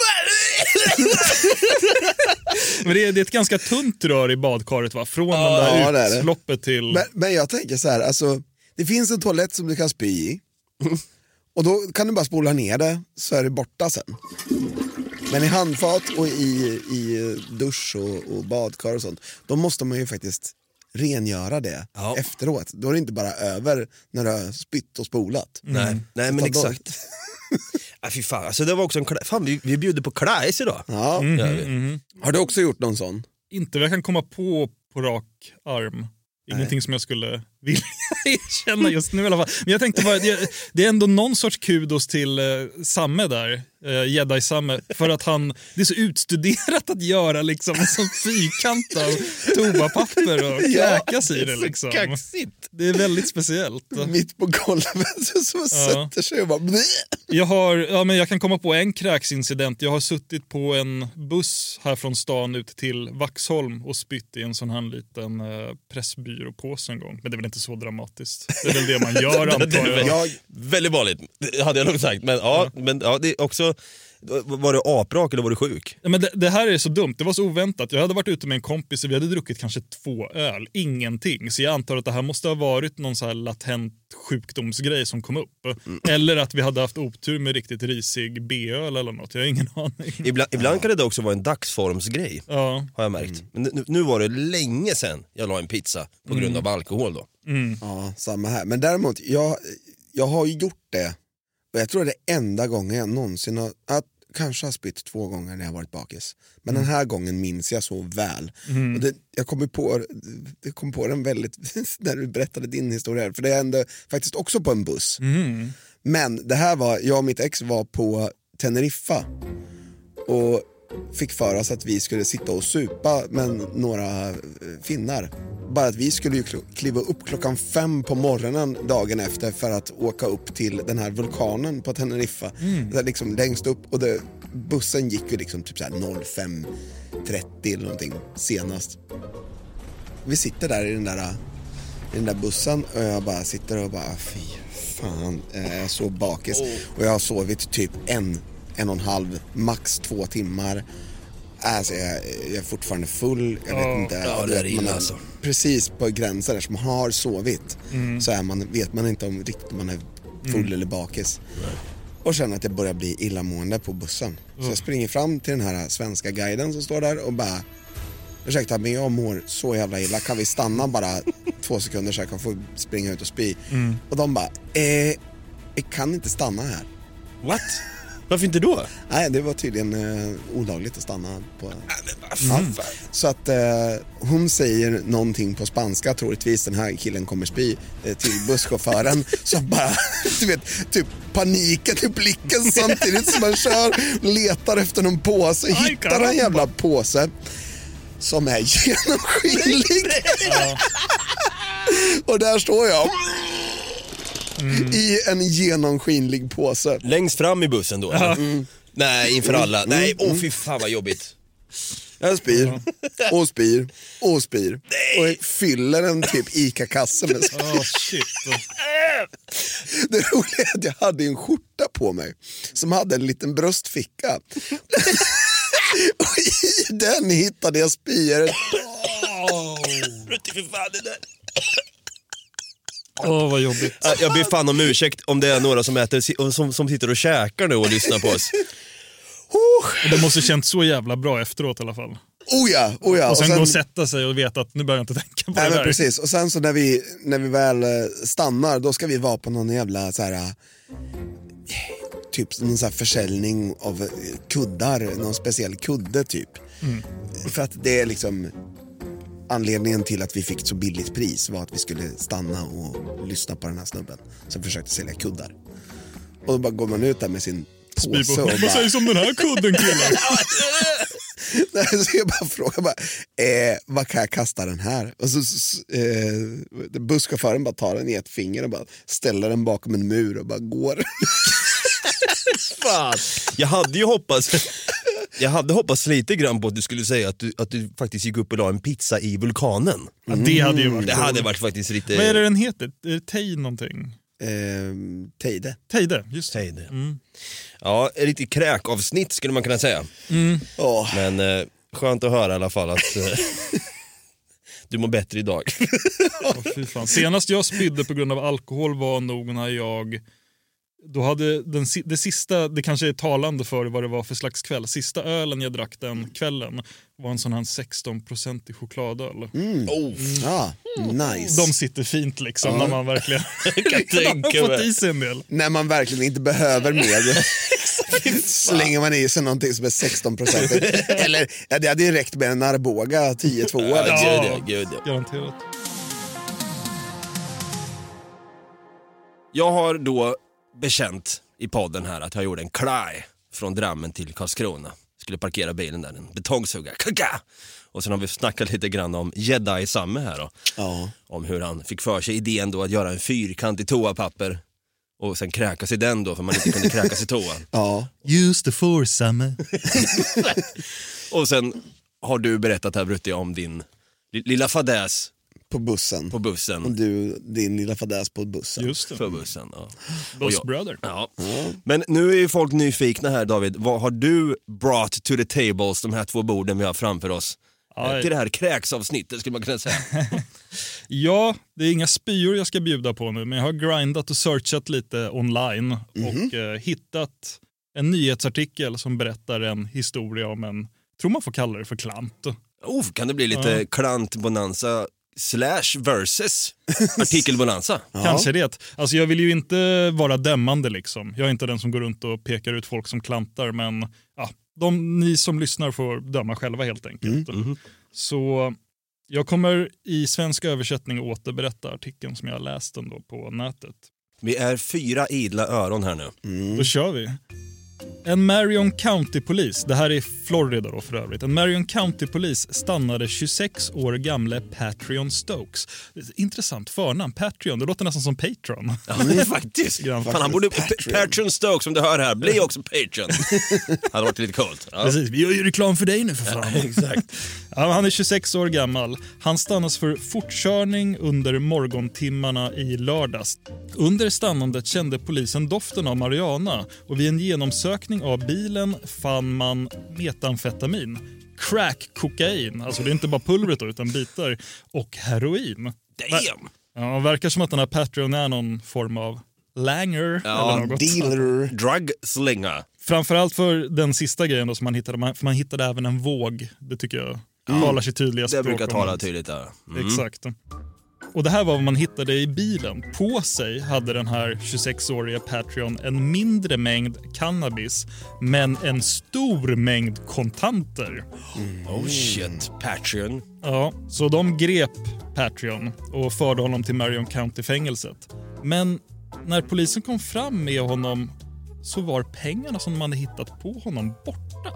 Speaker 2: Men det är, det är ett ganska tunt rör i badkaret, va? Från
Speaker 3: Ja,
Speaker 2: den
Speaker 4: ja, det
Speaker 2: där
Speaker 4: är det.
Speaker 2: utloppet till...
Speaker 4: Men, men jag tänker så här, alltså, det finns en toalett som du kan spy i. Och då kan du bara spola ner det, så är det borta sen. Men i handfat och i, i dusch och, och badkar och sånt, då måste man ju faktiskt rengöra det
Speaker 3: Ja.
Speaker 4: efteråt. Då är det inte bara över när du har spytt och spolat.
Speaker 3: Nej, nej men
Speaker 4: Utan då-
Speaker 3: exakt. Ja, fy fan, alltså det var också en klä... Fan, vi, vi bjuder på kläs idag.
Speaker 4: Ja.
Speaker 2: Mhm,
Speaker 3: gör vi.
Speaker 2: mhm.
Speaker 4: Har du också gjort någon sån?
Speaker 2: Inte vad jag kan komma på på rak arm. Ingenting som jag skulle vilja erkänna just nu i alla fall. Men jag tänkte bara, det, det är ändå någon sorts kudos till eh, Samme där, eh, Jedi Samme, för att han, det är så utstuderat att göra liksom en sån fyrkant av toapapper och kräkas i det liksom.
Speaker 3: Kaxigt.
Speaker 2: Det är väldigt speciellt.
Speaker 4: Mitt på golvet som
Speaker 2: Ja.
Speaker 4: sätter sig och bara... Bleh!
Speaker 2: Jag har, ja men jag kan komma på en kräksincident. Jag har suttit på en buss här från stan ut till Vaxholm och spytt i en sån här liten eh, pressbyråpåse en gång. Men det är väl inte så dramatiskt. Det är väl det man gör,
Speaker 3: Det
Speaker 2: antar
Speaker 3: är
Speaker 2: jag.
Speaker 3: väl-
Speaker 4: Jag,
Speaker 3: Väldigt vanligt, det hade jag nog sagt. Men ja, men, ja det är också... Var du aprak eller var du sjuk?
Speaker 2: Ja, men det, det här är så dumt, det var så oväntat. Jag hade varit ute med en kompis och vi hade druckit kanske två öl, ingenting. Så jag antar att det här måste ha varit någon så här latent sjukdomsgrej som kom upp.
Speaker 3: Mm.
Speaker 2: Eller att vi hade haft otur med riktigt risig B-öl eller något, jag har ingen aning.
Speaker 3: Ibland, ibland kan det också vara en dagsformsgrej,
Speaker 2: Ja.
Speaker 3: har jag märkt. Men nu, nu var det länge sedan jag la en pizza på grund av alkohol då.
Speaker 4: ja, samma här. Men däremot, jag, jag har ju gjort det. Och jag tror det är enda gången jag någonsin har... Att, kanske har spytt två gånger när jag varit bakis. Men den här gången minns jag så väl. Och det, jag kommer på, jag kom på den väldigt när du berättade din historia. För det hände faktiskt också på en buss.
Speaker 2: Mm.
Speaker 4: Men det här var, jag och mitt ex var på Teneriffa. Och fick för oss att vi skulle sitta och supa med några eh, finnar. Bara att vi skulle ju kl- kliva upp klockan fem på morgonen dagen efter för att åka upp till den här vulkanen på Teneriffa. Där liksom längst upp, och det, bussen gick ju liksom typ så här fem trettio eller någonting senast. Vi sitter där i den där, i den där bussen och jag bara sitter och bara fy fan, jag är så bakis. Och jag har sovit typ en en och en halv, max två timmar. Alltså jag, jag är fortfarande full, jag vet
Speaker 2: Ja,
Speaker 4: inte.
Speaker 3: ja, det är illa,
Speaker 4: man är
Speaker 3: alltså.
Speaker 4: precis på gränsen där som man har sovit. Så är man, vet man inte om riktigt man är full eller bakis. Och känner att jag börjar bli illamående på bussen. Så jag springer fram till den här svenska guiden som står där och bara, ursäkta men jag mår så jävla illa, kan vi stanna bara två sekunder så jag kan få springa ut och spy. Och de bara, eh, jag kan inte stanna här.
Speaker 3: What? Varför inte då?
Speaker 4: Nej, det var tydligen eh, olagligt att stanna på...
Speaker 3: Ja.
Speaker 4: Så att eh, hon säger någonting på spanska, troligtvis den här killen kommer spy, eh, till busschauffören. Så bara, du vet, typ paniken i blicken samtidigt som man kör, letar efter någon påse,
Speaker 2: Aj,
Speaker 4: hittar
Speaker 2: caramba.
Speaker 4: en jävla påse som är genomskinlig. Och där står jag. I en genomskinlig påse.
Speaker 3: Längst fram i bussen då? eller? Mm. Nej, inför alla. Nej, åh fy fan vad jobbigt.
Speaker 4: Jag spyr och spyr och spyr och jag fyller en typ Ica-kasse med
Speaker 2: Oh, shit.
Speaker 4: Det roliga är att jag hade en skjorta på mig som hade en liten bröstficka. Och i den hittade jag spyor.
Speaker 3: Fy fan, det där.
Speaker 2: Åh, oh, vad jobbigt.
Speaker 3: Ja, jag ber fan om ursäkt om det är några som, äter, som, som sitter och käkar nu och lyssnar på oss.
Speaker 2: Och det måste känts så jävla bra efteråt i alla fall.
Speaker 4: Oh ja, oh ja.
Speaker 2: Och sen, gå och sätta sig och veta att nu börjar jag inte tänka på
Speaker 4: nej,
Speaker 2: det
Speaker 4: men
Speaker 2: där.
Speaker 4: precis. Och sen så när vi, när vi väl eh, stannar, då ska vi vara på någon jävla så här, eh, typ någon så här försäljning av eh, kuddar, någon speciell kudde typ.
Speaker 2: Mm.
Speaker 4: För att det är liksom anledningen till att vi fick så billigt pris var att vi skulle stanna och lyssna på den här snubben som försökte sälja kuddar. Och då bara går man ut där med sin påse och
Speaker 2: Vad
Speaker 4: bara...
Speaker 2: sägs om den här kudden, killen?
Speaker 4: Nej, så jag bara frågar bara, eh, vad kan jag kasta den här? Och så, så eh, busschauffören bara tar den i ett finger och bara ställer den bakom en mur och bara går.
Speaker 3: Fan. Jag hade ju hoppats Jag hade hoppats lite grann på att du skulle säga att du, att du faktiskt gick upp och la en pizza i vulkanen.
Speaker 2: Ja, det hade ju varit
Speaker 3: Det
Speaker 2: cool.
Speaker 3: hade varit faktiskt lite...
Speaker 2: Vad är det den heter? Är det Tej någonting?
Speaker 4: Eh, Teide.
Speaker 2: Teide, just det.
Speaker 3: Teide. Mm. Ja, ett riktigt kräkavsnitt skulle man kunna säga.
Speaker 2: Mm.
Speaker 4: Oh.
Speaker 3: Men eh, skönt att höra i alla fall att eh, du mår bättre idag.
Speaker 2: Oh, fy fan. Senast jag spydde på grund av alkohol var nog när jag... Då hade den, det sista, det kanske är talande för vad det var för slags kväll. Sista ölen jag drack den kvällen var en sån här sexton procent i chokladöl.
Speaker 4: Mm. Oh. Mm. Ah, nice.
Speaker 2: De sitter fint liksom
Speaker 4: ja.
Speaker 2: när man verkligen
Speaker 3: kan tänka
Speaker 2: har fått i sig en del.
Speaker 4: När man verkligen inte behöver mer. Slänger man i sig någonting som är sexton procent. Eller ja, det hade ju räckt med en Arboga tio två.
Speaker 3: Ja,
Speaker 2: ja,
Speaker 3: gud, ja, gud, ja.
Speaker 2: Garanterat.
Speaker 3: Jag har då bekänt i podden här att jag gjorde en klaj från Drammen till Karlskrona. Skulle parkera bilen där, en betongsugga. Kaka! Och sen har vi snackat lite grann om Jedi Samme här då.
Speaker 4: Ja.
Speaker 3: Om hur han fick för sig idén då att göra en fyrkant i toapapper och sen kräkas i den då för man inte kunde kräkas i toan.
Speaker 4: Ja.
Speaker 2: Use the force, Samme.
Speaker 3: Och sen har du berättat här, Brutti, om din lilla fadäs
Speaker 4: på bussen.
Speaker 3: På bussen.
Speaker 4: Och du, din lilla fadäs på bussen.
Speaker 2: Just det.
Speaker 3: För bussen, ja.
Speaker 2: Boss brother.
Speaker 3: Ja. Men nu är ju folk nyfikna här, David. Vad har du brought to the tables, de här två borden vi har framför oss? Aj. Till det här kräksavsnittet skulle man kunna säga.
Speaker 2: Ja, det är inga spyor jag ska bjuda på nu, men jag har grindat och searchat lite online mm-hmm. och eh, hittat en nyhetsartikel som berättar en historia om en, tror man får kalla det för klant.
Speaker 3: Oh, kan det bli lite ja. Klantbonanza slash versus artikelbonanza?
Speaker 2: Ja. Kanske det. Alltså jag vill ju inte vara dämmande liksom. Jag är inte den som går runt och pekar ut folk som klantar, men ja, de, ni som lyssnar får döma själva helt enkelt. Mm. Mm. Så jag kommer i svensk översättning återberätta artikeln som jag har läst ändå på nätet.
Speaker 3: Vi är fyra idla öron här nu.
Speaker 2: Mm. Då kör vi. En Marion County-polis, det här är Florida då för övrigt, en Marion County-polis stannade tjugosex år gamle Patreon Stokes. Intressant förnamn, Patreon, det låter nästan som Patreon.
Speaker 3: Ja, men faktiskt. Fan, han borde, Patreon. Patreon Stokes som du hör här, bli också Patreon. Det hade varit lite coolt. Ja.
Speaker 2: Precis, vi gör ju reklam för dig nu för fan.
Speaker 3: Ja, exakt.
Speaker 2: Ja, han är tjugosex år gammal. Han stannas för fortkörning under morgontimmarna i lördags. Under stannandet kände polisen doften av marijuana och vid en genomsökning av bilen fann man metamfetamin, crack, kokain, alltså det är inte bara pulvret då, utan bitar, och heroin.
Speaker 3: Damn!
Speaker 2: Ja, det verkar som att den här Patreon är någon form av langer
Speaker 3: ja,
Speaker 2: eller något.
Speaker 4: Dealer.
Speaker 3: Drug-slinga.
Speaker 2: Framförallt för den sista grejen då som man hittade, man, för man hittade även en våg, det tycker jag mm. talar sitt tydliga språk.
Speaker 3: Det brukar tala tydligt där.
Speaker 2: Mm. Exakt. Och det här var vad man hittade i bilen. På sig hade den här tjugosex-åriga Patreon en mindre mängd cannabis, men en stor mängd kontanter.
Speaker 3: Mm. Oh shit, Patreon.
Speaker 2: Ja, så de grep Patreon och förde honom till Marion County-fängelset. Men när polisen kom fram med honom så var pengarna som man hade hittat på honom borta.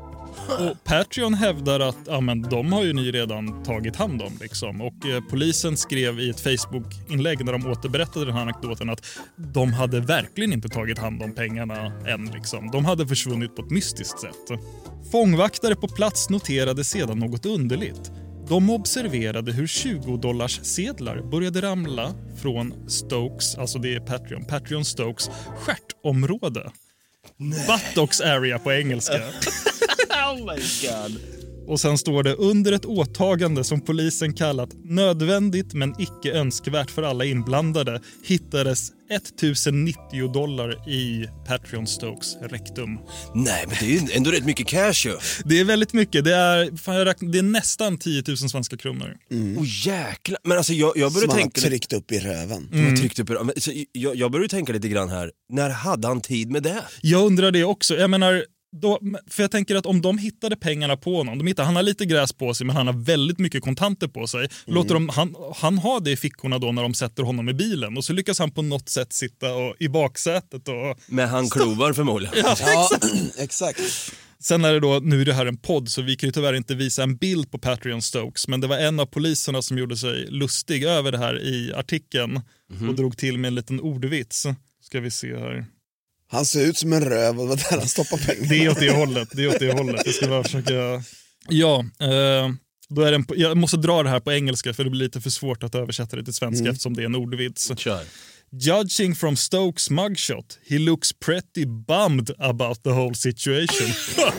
Speaker 2: Och Patreon hävdar att ja, men de har ju ni redan tagit hand om liksom. Och eh, polisen skrev i ett Facebook-inlägg när de återberättade den här anekdoten att de hade verkligen inte tagit hand om pengarna än liksom. De hade försvunnit på ett mystiskt sätt. Fångvaktare på plats noterade sedan något underligt. De observerade hur tjugo-dollars sedlar började ramla från Stokes, alltså det är Patreon, Patreon Stokes stjärtområde. Buttocks area på engelska.
Speaker 3: Oh my god.
Speaker 2: Och sen står det under ett åtagande som polisen kallat nödvändigt men icke önskvärt för alla inblandade hittades tusen nittio dollar i Patreon Stokes rektum.
Speaker 3: Nej, men det är ju ändå rätt mycket cash ju.
Speaker 2: Det är väldigt mycket. Det är, fan, jag räknar, det är nästan tio tusen svenska kronor.
Speaker 3: Mm. Oh jäklar. Men alltså jag, jag började
Speaker 4: som
Speaker 3: tänka...
Speaker 4: han tryckt upp i röven.
Speaker 3: Mm. Han tryckt upp i röven. Så jag, jag började tänka lite grann här. När hade han tid med det?
Speaker 2: Jag undrar det också. Jag menar... Då, för jag tänker att om de hittade pengarna på honom, de hittar, han har lite gräs på sig men han har väldigt mycket kontanter på sig. Mm. Låter de, han, han har det i fickorna då när de sätter honom i bilen och så lyckas han på något sätt sitta och, i baksätet. Och,
Speaker 3: med handklovar förmodligen.
Speaker 2: Ja,
Speaker 4: ja,
Speaker 2: exakt.
Speaker 4: exakt.
Speaker 2: Sen är det då, nu är det här en podd så vi kan ju tyvärr inte visa en bild på Patreon Stokes, men det var en av poliserna som gjorde sig lustig över det här i artikeln mm. och drog till med en liten ordvits. Ska vi se här.
Speaker 4: Han ser ut som en röv och vad där han stoppar pengar.
Speaker 2: Det är åt det hållet, det är åt det hållet. Jag ska bara försöka... Ja, eh, då är det en... jag måste dra det här på engelska för det blir lite för svårt att översätta det till svenska mm. eftersom det är en ordvits.
Speaker 3: Kör.
Speaker 2: Judging from Stokes mugshot, he looks pretty bummed about the whole situation.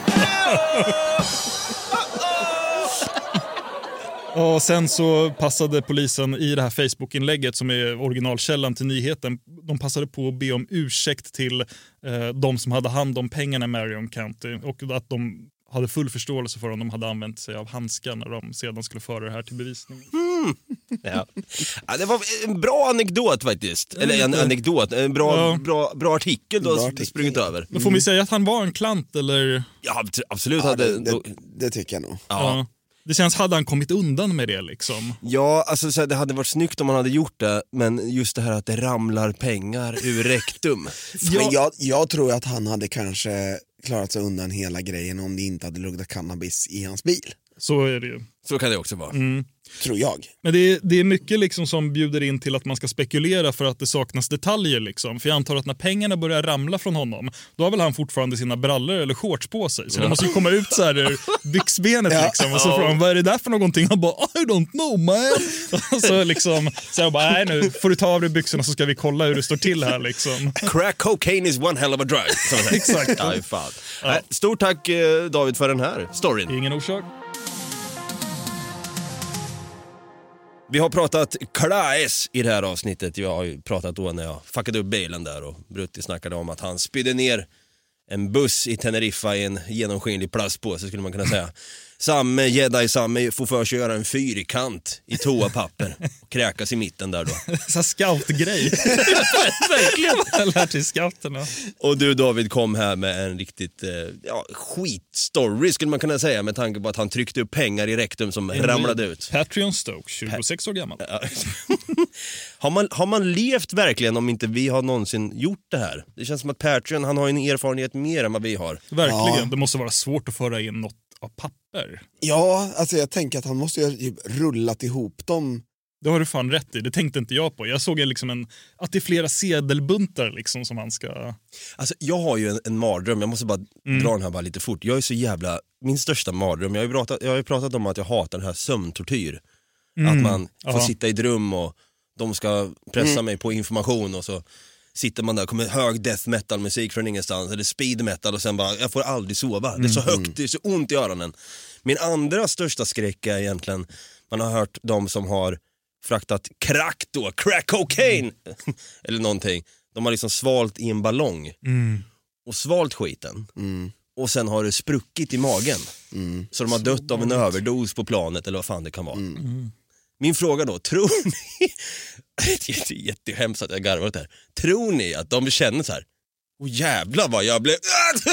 Speaker 2: Och sen så passade polisen i det här Facebook-inlägget som är originalkällan till nyheten. De passade på att be om ursäkt till eh, de som hade hand om pengarna i Marion County och att de hade full förståelse för om de hade använt sig av handskar när de sedan skulle föra det här till bevisning.
Speaker 3: Mm. Ja. Ja, det var en bra anekdot faktiskt. Eller en anekdot, en bra, ja. bra, bra artikel du har sprungit över.
Speaker 2: Men får vi säga att han var en klant eller?
Speaker 3: Ja, absolut.
Speaker 4: Ja,
Speaker 3: hade,
Speaker 4: det, det, det tycker jag nog.
Speaker 3: Ja.
Speaker 2: Ja. Det känns, hade han kommit undan med det liksom?
Speaker 3: Ja, alltså så här, det hade varit snyggt om han hade gjort det. Men just det här att det ramlar pengar ur rektum.
Speaker 4: Ja. Men jag, jag tror att han hade kanske klarat sig undan hela grejen om det inte hade luktat cannabis i hans bil.
Speaker 2: Så är det ju.
Speaker 3: Så kan det också vara.
Speaker 2: Mm.
Speaker 4: Tror jag.
Speaker 2: Men det är, det är mycket liksom som bjuder in till att man ska spekulera för att det saknas detaljer liksom. För jag antar att när pengarna börjar ramla från honom, då har väl han fortfarande sina brallor eller shorts på sig. Så ja. Det måste ju komma ut så här ur byxbenet ja. liksom. Och så frågar han, vad är det där för någonting? Han bara, I don't know man. Och så liksom, så jag bara, nej nu får du ta av dig byxorna så ska vi kolla hur det står till här liksom.
Speaker 3: Crack cocaine is one hell of a drug.
Speaker 2: Exakt.
Speaker 3: Ja, fan. Ja. Stort tack David för den här storyn.
Speaker 2: Ingen orsak.
Speaker 3: Vi har pratat Klaes i det här avsnittet. Jag har ju pratat då när jag fuckade upp bilen där och Brutti snackade om att han spydde ner en buss i Teneriffa i en genomskinlig plastpåse skulle man kunna säga. Samme Jedi Samme får för sig göra en fyrkant i toapapper och kräkas i mitten där då.
Speaker 2: Så scoutgrej. Verkligen. Jag lär till scouterna.
Speaker 3: Och du David kom här med en riktigt eh, ja, skitstory skulle man kunna säga med tanke på att han tryckte upp pengar i rektum som en ramlade ut.
Speaker 2: Patreon Stoke, tjugosex år gammal.
Speaker 3: har, man, har man levt verkligen om inte vi har någonsin gjort det här? Det känns som att Patreon han har en erfarenhet mer än vad vi har.
Speaker 2: Verkligen,
Speaker 4: ja.
Speaker 2: Det måste vara svårt att föra in något av papper.
Speaker 4: Ja, alltså jag tänker att han måste ju ha rullat ihop dem.
Speaker 2: Det har du fan rätt i, det tänkte inte jag på. Jag såg liksom en, att det är flera sedelbuntar liksom som han ska...
Speaker 3: Alltså jag har ju en, en mardröm, jag måste bara mm. dra den här bara lite fort. Jag är så jävla, min största mardröm, jag har ju pratat, jag har ju pratat om att jag hatar den här sömntortyr. Mm. Att man får Aha. sitta i ett rum och de ska pressa mm. mig på information och så sitter man där, kommer hög death metal musik från ingenstans eller speed metal och sen bara, jag får aldrig sova. Mm. Det är så högt, det är så ont i öronen. Min andra största skräck är egentligen, man har hört de som har fraktat crack då, crack cocaine mm. eller någonting. De har liksom svalt i en ballong mm. och svalt skiten mm. och sen har det spruckit i magen mm. så de har dött av en överdos på planet eller vad fan det kan vara. Mm. Mm. Min fråga då, tror ni det är jättehemskt att jag garvar det här. Tror ni att de känner så här, åh jävlar vad jag blev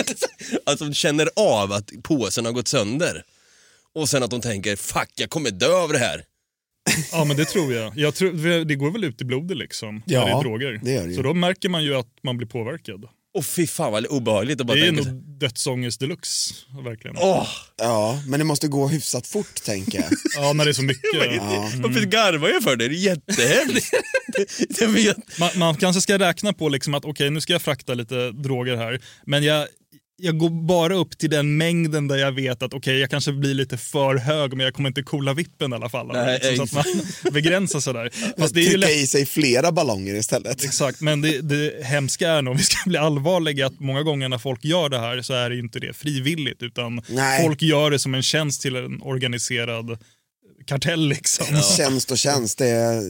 Speaker 3: alltså de känner av att påsen har gått sönder och sen att de tänker, fuck jag kommer dö av det här.
Speaker 2: Ja men det tror jag. jag tror, det går väl ut i blodet liksom.
Speaker 4: Ja,
Speaker 2: det är droger.
Speaker 4: Det gör det.
Speaker 2: Så då märker man ju att man blir påverkad.
Speaker 3: Och fy fan vad obehagligt att bara
Speaker 2: det är
Speaker 3: tänka
Speaker 2: nog dödsångest deluxe, verkligen.
Speaker 3: Oh.
Speaker 4: Ja, men det måste gå hyfsat fort, tänker jag.
Speaker 2: Ja, när det är så mycket.
Speaker 3: Ja. Mm. Varför garvar jag för det? Det är jättehemligt. det, vet.
Speaker 2: Man, man kanske ska räkna på liksom att okej, okay, nu ska jag frakta lite droger här. Men jag... Jag går bara upp till den mängden där jag vet att okej, okay, jag kanske blir lite för hög men jag kommer inte coola vippen i alla fall.
Speaker 3: Nej,
Speaker 2: liksom, så att man begränsar sig där.
Speaker 4: Fast det är ju lätt... i sig flera ballonger istället.
Speaker 2: Exakt, men det, det hemska är nog, om vi ska bli allvarliga, att många gånger när folk gör det här så är det ju inte det frivilligt utan Nej. folk gör det som en tjänst till en organiserad kartell liksom.
Speaker 4: Ja. Tjänst och tjänst, det är,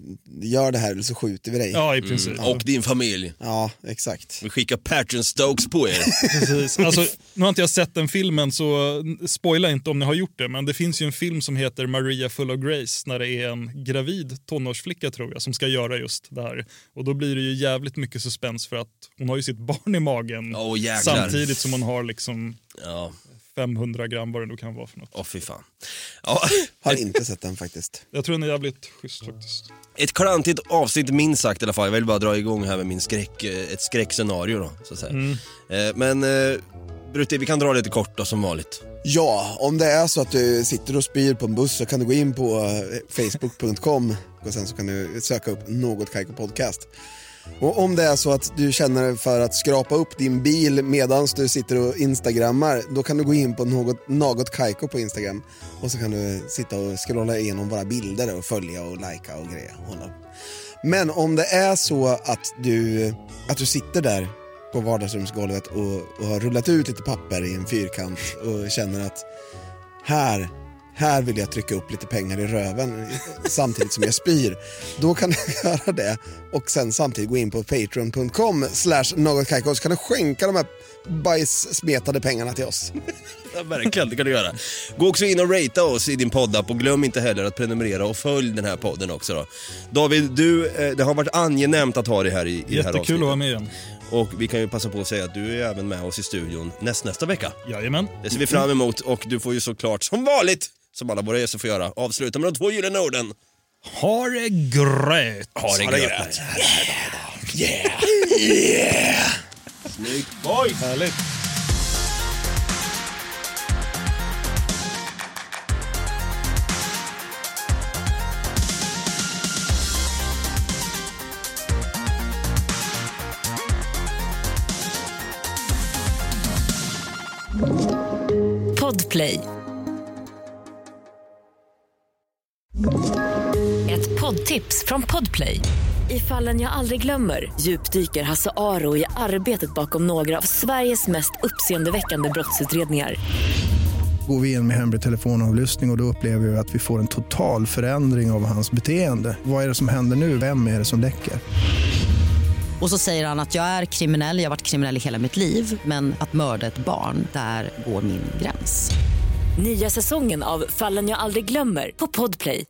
Speaker 4: gör det här eller så skjuter vi dig.
Speaker 2: Ja, i princip.
Speaker 3: Mm. Och din familj.
Speaker 4: Ja, exakt.
Speaker 3: Vi skickar Patreon Stokes på er.
Speaker 2: Precis. Alltså, nu har inte jag sett den filmen så spoila inte om ni har gjort det, men det finns ju en film som heter Maria Full of Grace när det är en gravid tonårsflicka tror jag som ska göra just det här. Och då blir det ju jävligt mycket suspens för att hon har ju sitt barn i magen
Speaker 3: oh,
Speaker 2: samtidigt som hon har liksom...
Speaker 3: Ja.
Speaker 2: femhundra gram vad det då kan vara för något.
Speaker 3: Åh oh, fy fan. Ja.
Speaker 4: Har inte sett den faktiskt.
Speaker 2: Jag tror den är jävligt schysst faktiskt.
Speaker 3: Ett klantigt avsnitt minst sagt i alla fall. Jag vill bara dra igång här med min skräck, ett skräckscenario då, så att säga. Mm. Men eh, Brutti, vi kan dra lite kort då som vanligt.
Speaker 4: Ja, om det är så att du sitter och spyr på en buss så kan du gå in på facebook punkt com och sen så kan du söka upp Något Kaiko Podcast. Och om det är så att du känner för att skrapa upp din bil medan du sitter och instagrammar, då kan du gå in på något, något Kaiko på Instagram och så kan du sitta och scrolla igenom våra bilder och följa och likea och greja. Men om det är så att du, att du sitter där på vardagsrumsgolvet och, och har rullat ut lite papper i en fyrkant och känner att här Här vill jag trycka upp lite pengar i röven samtidigt som jag spyr. Då kan du göra det och sen samtidigt gå in på patreon punkt com slash något kajko och så kan du skänka de här bajssmetade pengarna till oss.
Speaker 3: Ja, verkligen, det kan du göra. Gå också in och ratea oss i din poddapp och glöm inte heller att prenumerera och följ den här podden också då. David, du, det har varit angenämt att ha dig här i, i det här avsnittet.
Speaker 2: Jättekul att vara med igen.
Speaker 3: Och vi kan ju passa på att säga att du är även med oss i studion näst, nästa vecka.
Speaker 2: Jajamän.
Speaker 3: Det ser vi fram emot och du får ju såklart som vanligt, som alla våra gäster får göra, avsluta med de två gyllene orden.
Speaker 2: Ha det gröt.
Speaker 3: Ha det gröt.
Speaker 4: Yeah. Yeah. Yeah.
Speaker 3: Snyggt. Oj.
Speaker 2: Härligt.
Speaker 7: Podplay. Ett poddtips från Podplay. I Fallen jag aldrig glömmer djupdyker Hasse Aro i arbetet bakom några av Sveriges mest uppseendeväckande brottsutredningar.
Speaker 8: Går vi in med hemlig telefonavlyssning och, och då upplever vi att vi får en total förändring av hans beteende. Vad är det som händer nu? Vem är det som läcker?
Speaker 9: Och så säger han att jag är kriminell, jag har varit kriminell i hela mitt liv. Men att mörda ett barn, där går min gräns.
Speaker 7: Nya säsongen av Fallen jag aldrig glömmer på Podplay.